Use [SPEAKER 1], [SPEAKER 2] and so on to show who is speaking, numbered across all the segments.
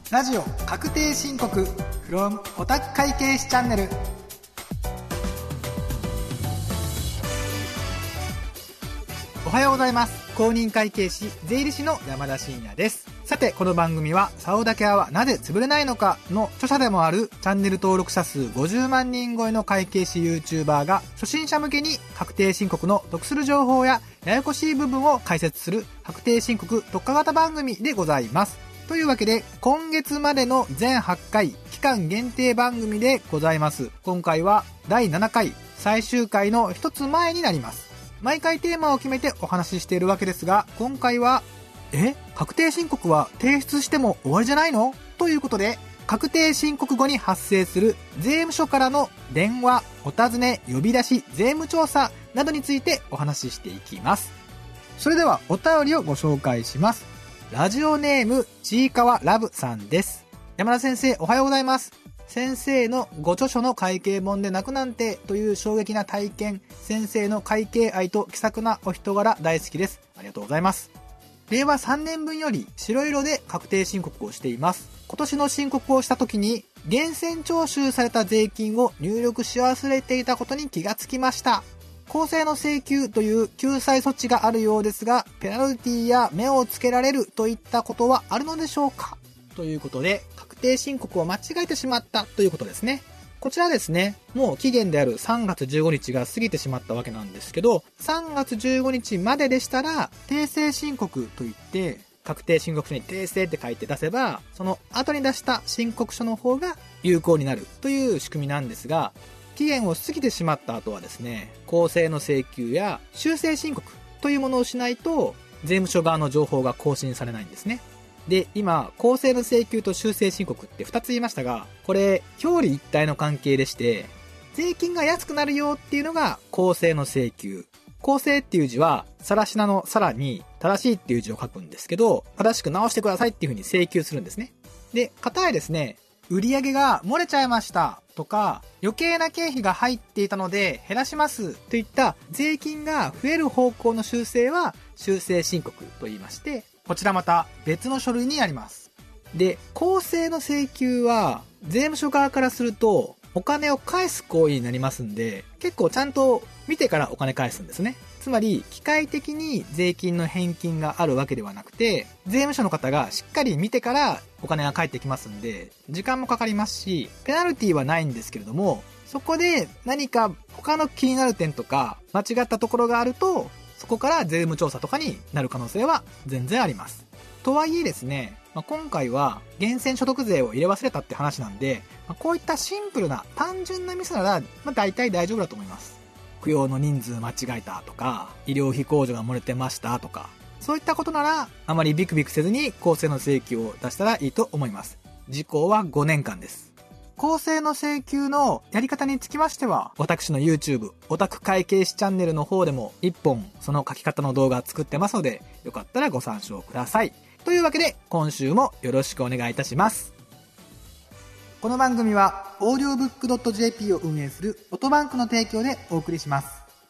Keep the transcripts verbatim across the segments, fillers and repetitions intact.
[SPEAKER 1] ラジオ確定申告 from オタク会計士チャンネル。おはようございます。公認会計士税理士の山田真也です。さて、この番組は竿だけはなぜ潰れないのかの著者でもあるチャンネル登録者数ごじゅうまんにん超えの会計士 YouTuber が初心者向けに確定申告の得する情報やややこしい部分を解説する確定申告特化型番組でございます。というわけで、今月までの全はちかい期間限定番組でございます。今回はだいななかい最終回の一つ前になります。毎回テーマを決めてお話ししているわけですが、今回はえ確定申告は提出しても終わりじゃないのということで、確定申告後に発生する税務署からの電話、お尋ね、呼び出し、税務調査などについてお話ししていきます。それではお便りをご紹介します。ラジオネームちいかわラブさんです。山田先生、おはようございます。先生のご著書の会計本で泣くなんてという衝撃な体験、先生の会計愛と気さくなお人柄大好きです。ありがとうございます。れいわさんねんぶんより白色で確定申告をしています。今年の申告をした時に源泉徴収された税金を入力し忘れていたことに気がつきました。公正の請求という救済措置があるようですが、ペナルティや目をつけられるといったことはあるのでしょうか、ということで、確定申告を間違えてしまったということですね。こちらですね、もう期限であるさんがつじゅうごにちが過ぎてしまったわけなんですけど、さんがつじゅうごにちまででしたら訂正申告といって、確定申告書に訂正って書いて出せば、その後に出した申告書の方が有効になるという仕組みなんですが、期限を過ぎてしまった後はですね、公正の請求や修正申告というものをしないと税務署側の情報が更新されないんですね。で、今、公正の請求と修正申告ってふたつ言いましたが、これ表裏一体の関係でして、税金が安くなるよっていうのが公正の請求。公正っていう字はさらしなのさらに正しいっていう字を書くんですけど、正しく直してくださいっていう風に請求するんですね。で、片やですね、売上が漏れちゃいましたとか、余計な経費が入っていたので減らしますといった税金が増える方向の修正は修正申告と言いまして、こちらまた別の書類になります。で、公正の請求は税務署側からするとお金を返す行為になりますんで、結構ちゃんと見てからお金返すんですね。つまり機械的に税金の返金があるわけではなくて、税務署の方がしっかり見てからお金が返ってきますんで、時間もかかりますし、ペナルティはないんですけれども、そこで何か他の気になる点とか間違ったところがあると、そこから税務調査とかになる可能性は全然あります。とはいえですね、まあ、今回は源泉所得税を入れ忘れたって話なんで、まあ、こういったシンプルな単純なミスなら、まあ、大体大丈夫だと思います。扶養の人数間違えたとか、医療費控除が漏れてましたとか、そういったことならあまりビクビクせずに公正の請求を出したらいいと思います。時効はごねんかんです。公正の請求のやり方につきましては、私の YouTube オタク会計士チャンネルの方でもいっぽんその書き方の動画作ってますので、よかったらご参照ください。というわけで、今週もよろしくお願いいたします。この番組はオーディオブックドットジェーピー を運営するオトバンクの提供でお送りします。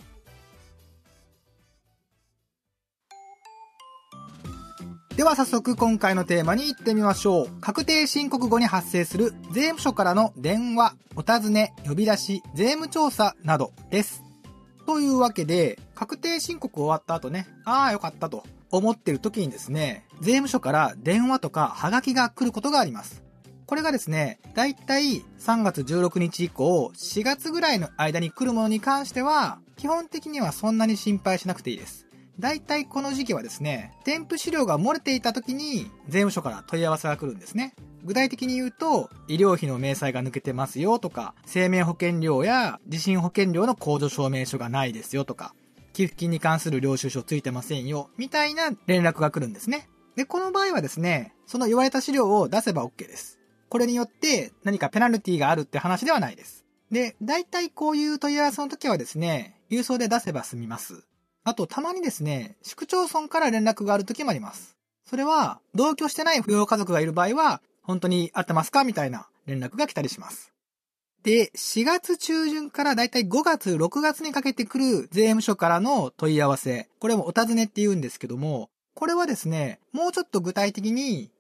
[SPEAKER 1] では早速今回のテーマに行ってみましょう。確定申告後に発生する税務署からの電話、お尋ね、呼び出し、税務調査などです。というわけで、確定申告終わった後ね、ああよかったと思ってる時にですね、税務署から電話とかハガキが来ることがあります。これがですね、だいたいさんがつじゅうろくにち以降、しがつぐらいの間に来るものに関しては、基本的にはそんなに心配しなくていいです。だいたいこの時期はですね、添付資料が漏れていた時に税務署から問い合わせが来るんですね。具体的に言うと、医療費の明細が抜けてますよとか、生命保険料や地震保険料の控除証明書がないですよとか、寄付金に関する領収書ついてませんよ、みたいな連絡が来るんですね。で、この場合はですね、その言われた資料を出せば OK です。これによって何かペナルティがあるって話ではないです。で、大体こういう問い合わせの時はですね、郵送で出せば済みます。あと、たまにですね、市区町村から連絡がある時もあります。それは、同居してない扶養家族がいる場合は、本当に合ってますかみたいな連絡が来たりします。で、しがつちゅうじゅんからだいたいごがつ、ろくがつにかけてくる税務署からの問い合わせ。これもお尋ねって言うんですけども、これはですね、もうちょっと具体的に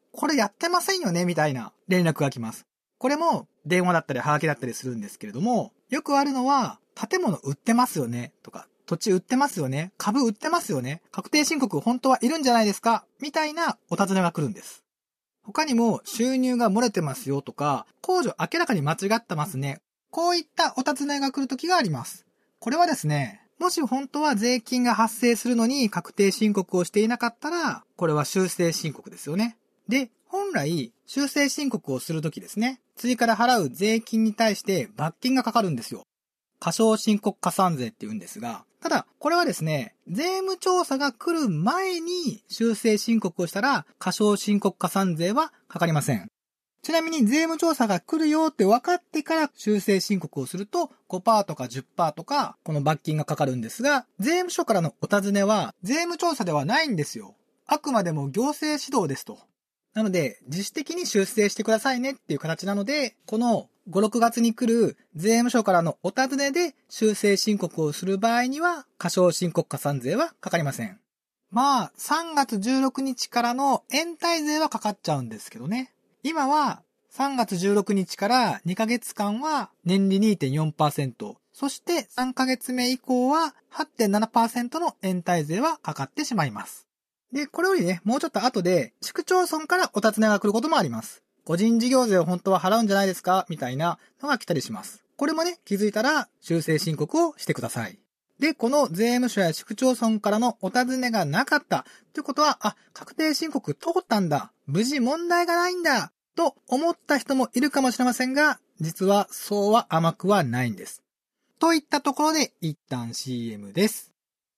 [SPEAKER 1] これやってませんよねみたいな連絡が来ます。これも電話だったりハガキだったりするんですけれども、よくあるのは、建物売ってますよねとか、土地売ってますよね、株売ってますよね、確定申告本当はいるんじゃないですかみたいなお尋ねが来るんです。他にも収入が漏れてますよとか、控除明らかに間違ってますね。こういったお尋ねが来る時があります。これはですね、もし本当は税金が発生するのに確定申告をしていなかったら、これは修正申告ですよね。で、本来、修正申告をするときですね、追加で払う税金に対して罰金がかかるんですよ。過少申告加算税って言うんですが、ただ、これはですね、税務調査が来る前に修正申告をしたら、過少申告加算税はかかりません。ちなみに税務調査が来るよって分かってから修正申告をすると ごパーセント とか じゅっパーセント とかこの罰金がかかるんですが、税務署からのお尋ねは税務調査ではないんですよ。あくまでも行政指導ですと。なので自主的に修正してくださいねっていう形なので、このご、ろくがつに来る税務署からのお尋ねで修正申告をする場合には過少申告加算税はかかりません。まあさんがつじゅうろくにちからの延滞税はかかっちゃうんですけどね。今はさんがつじゅうろくにちからにかげつかんは年利 にてんよんパーセント、そしてさんかげつめ以降は はちてんななパーセント の延滞税はかかってしまいます。で、これよりね、もうちょっと後で市区町村からお尋ねが来ることもあります。個人事業税を本当は払うんじゃないですかみたいなのが来たりします。これもね、気づいたら修正申告をしてください。で、この税務署や市区町村からのお尋ねがなかったということは、あ、確定申告通ったんだ、無事問題がないんだと思った人もいるかもしれませんが、実はそうは甘くはないんです。といったところで一旦 シーエム です。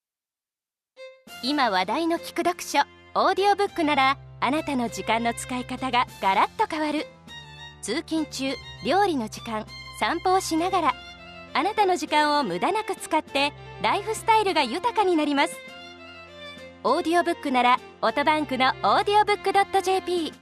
[SPEAKER 2] 今話題の聞く読書オーディオブックなら、あなたの時間の使い方がガラッと変わる。通勤中、料理の時間、散歩をしながら、あなたの時間を無駄なく使ってライフスタイルが豊かになります。オーディオブックならオトバンクのオーディオブックドットジェーピー。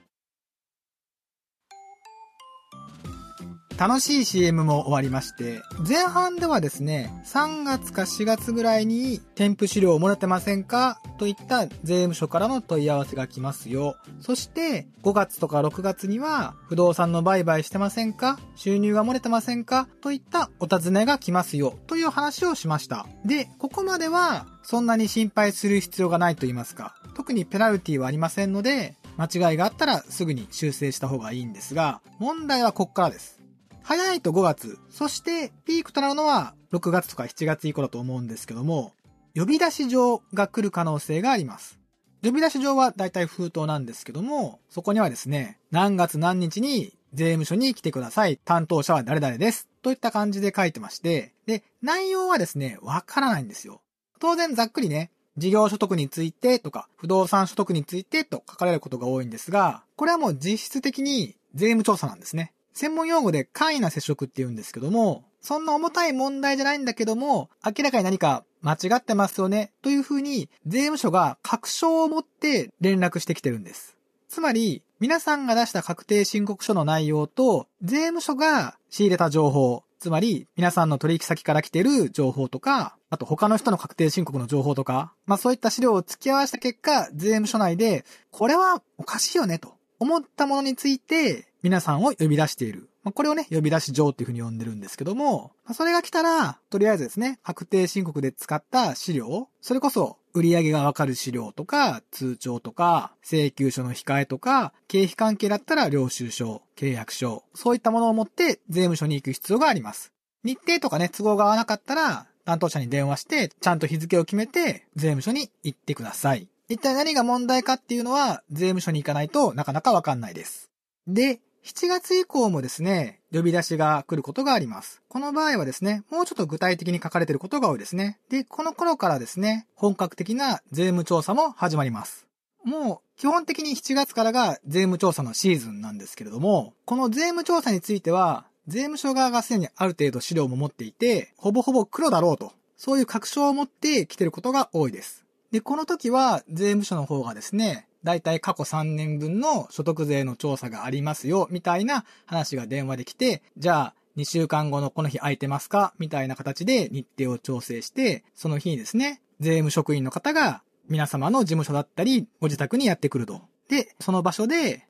[SPEAKER 1] 楽しい シーエム も終わりまして、前半ではですね、さんがつかしがつぐらいに添付資料をもらってませんかといった税務署からの問い合わせが来ますよ。そしてごがつとかろくがつには不動産の売買してませんか、収入が漏れてませんかといったお尋ねが来ますよという話をしました。で、ここまではそんなに心配する必要がないと言いますか、特にペナルティはありませんので、間違いがあったらすぐに修正した方がいいんですが、問題はここからです。早いとごがつ、そしてピークとなるのはろくがつとかしちがつ以降だと思うんですけども、呼び出し状が来る可能性があります。呼び出し状はだいたい封筒なんですけども、そこにはですね、何月何日に税務署に来てください、担当者は誰々ですといった感じで書いてまして、で、内容はですね、わからないんですよ。当然ざっくりね、事業所得についてとか不動産所得についてと書かれることが多いんですが、これはもう実質的に税務調査なんですね。専門用語で簡易な接触って言うんですけども、そんな重たい問題じゃないんだけども、明らかに何か間違ってますよねというふうに税務署が確証を持って連絡してきてるんです。つまり皆さんが出した確定申告書の内容と税務署が仕入れた情報、つまり皆さんの取引先から来てる情報とか、あと他の人の確定申告の情報とか、まあそういった資料を突き合わせた結果、税務署内でこれはおかしいよねと思ったものについて皆さんを呼び出している。これをね、呼び出し状っていう風に呼んでるんですけども、それが来たら、とりあえずですね、確定申告で使った資料、それこそ売上がわかる資料とか、通帳とか、請求書の控えとか、経費関係だったら領収書、契約書、そういったものを持って税務署に行く必要があります。日程とかね、都合が合わなかったら、担当者に電話して、ちゃんと日付を決めて、税務署に行ってください。一体何が問題かっていうのは、税務署に行かないとなかなかわかんないです。で、しちがつ以降もですね、呼び出しが来ることがあります。この場合はですね、もうちょっと具体的に書かれていることが多いですね。で、この頃からですね、本格的な税務調査も始まります。もう基本的にしちがつからが税務調査のシーズンなんですけれども、この税務調査については、税務署側がすでにある程度資料も持っていて、ほぼほぼ黒だろうと、そういう確証を持って来ていることが多いです。で、この時は税務署の方がですね、だいたい過去さんねんぶんの所得税の調査がありますよ、みたいな話が電話で来て、じゃあにしゅうかんごのこの日空いてますかみたいな形で日程を調整して、その日にですね、税務職員の方が皆様の事務所だったり、ご自宅にやってくると。で、その場所で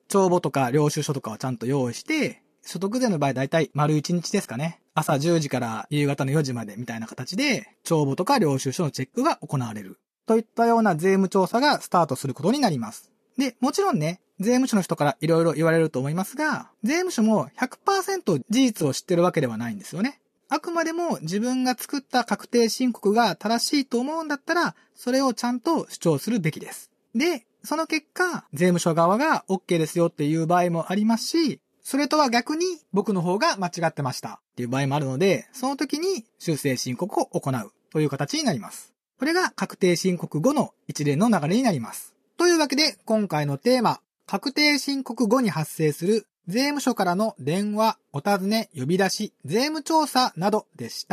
[SPEAKER 1] 帳簿とか領収書とかをちゃんと用意して、所得税の場合だいたい丸いちにちですかね。朝じゅうじから夕方のよじまでみたいな形で、帳簿とか領収書のチェックが行われる。といったような税務調査がスタートすることになります。で、もちろんね、税務署の人からいろいろ言われると思いますが、税務署も ひゃくパーセント 事実を知ってるわけではないんですよね。あくまでも自分が作った確定申告が正しいと思うんだったら、それをちゃんと主張するべきです。で、その結果、税務署側が OK ですよっていう場合もありますし、それとは逆に僕の方が間違ってましたっていう場合もあるので、その時に修正申告を行うという形になります。これが確定申告後の一連の流れになります。というわけで今回のテーマ、確定申告後に発生する税務署からの電話、お尋ね、呼び出し、税務調査などでした。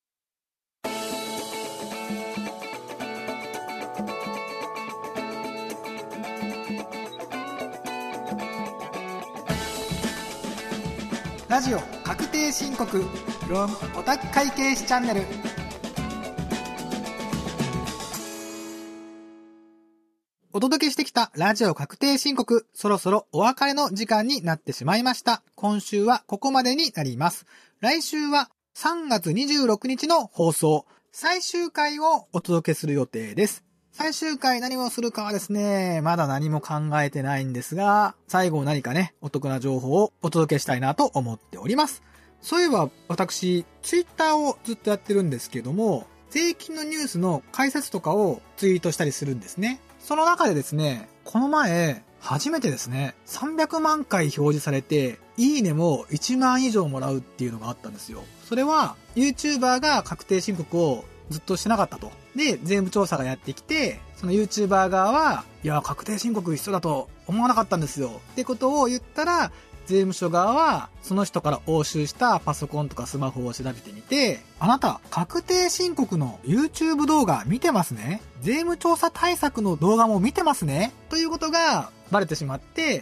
[SPEAKER 1] ラジオ確定申告 from オタク会計士チャンネル。お届けしてきたラジオ確定申告、そろそろお別れの時間になってしまいました。今週はここまでになります。来週はさんがつにじゅうろくにちの放送、最終回をお届けする予定です。最終回何をするかはですね、まだ何も考えてないんですが、最後何かね、お得な情報をお届けしたいなと思っております。そういえば私、ツイッターをずっとやってるんですけども、税金のニュースの解説とかをツイートしたりするんですね。その中でですね、この前、初めてですね、さんびゃくまんかい表示されて、いいねもいちまん以上もらうっていうのがあったんですよ。それは、YouTuber が確定申告をずっとしてなかったと。で、税務調査がやってきて、その YouTuber 側は、いや、確定申告一緒だと思わなかったんですよ。ってことを言ったら、税務署側は、その人から押収したパソコンとかスマホを調べてみて、あなた、確定申告の YouTube 動画見てますね？税務調査対策の動画も見てますね？ということがバレてしまって、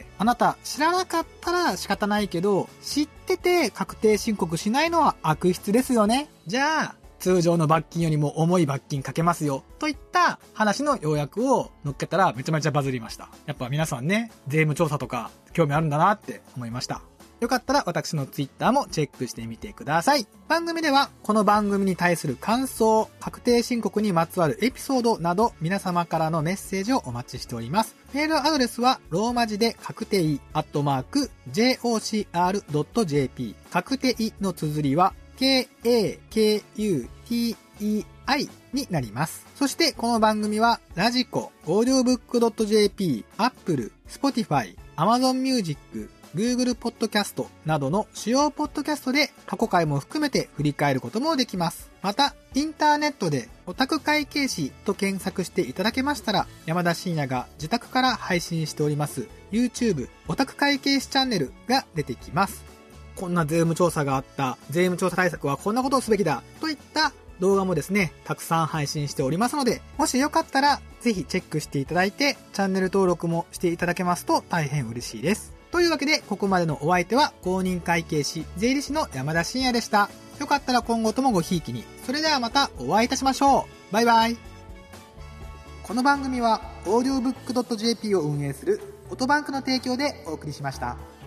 [SPEAKER 1] あなた、知らなかったら仕方ないけど、知ってて確定申告しないのは悪質ですよね。じゃあ、通常の罰金よりも重い罰金かけますよ。といった話の要約を乗っけたらめちゃめちゃバズりました。やっぱ皆さんね、税務調査とか興味あるんだなって思いました。よかったら私のツイッターもチェックしてみてください。番組ではこの番組に対する感想、確定申告にまつわるエピソードなど皆様からのメッセージをお待ちしております。メールアドレスはローマ字で確定アットマーク ジェイオーシーアールドットジェーピー 確定の綴りはケーエーケーユーティーイーアイ になります。そしてこの番組はラジコ、オーディオブックドットジェーピー、Apple、Spotify、Amazon Music、Google Podcast などの主要ポッドキャストで過去回も含めて振り返ることもできます。また、インターネットでオタク会計士と検索していただけましたら、山田真也が自宅から配信しております YouTube オタク会計士チャンネルが出てきます。こんな税務調査があった、税務調査対策はこんなことをすべきだといった動画もですね、たくさん配信しておりますので、もしよかったらぜひチェックしていただいて、チャンネル登録もしていただけますと大変嬉しいです。というわけで、ここまでのお相手は公認会計士、税理士の山田真也でした。よかったら今後ともごひいきに。それではまたお会いいたしましょう。バイバイ。この番組はオーディオブックドットジェーピーを運営するオトバンクの提供でお送りしました。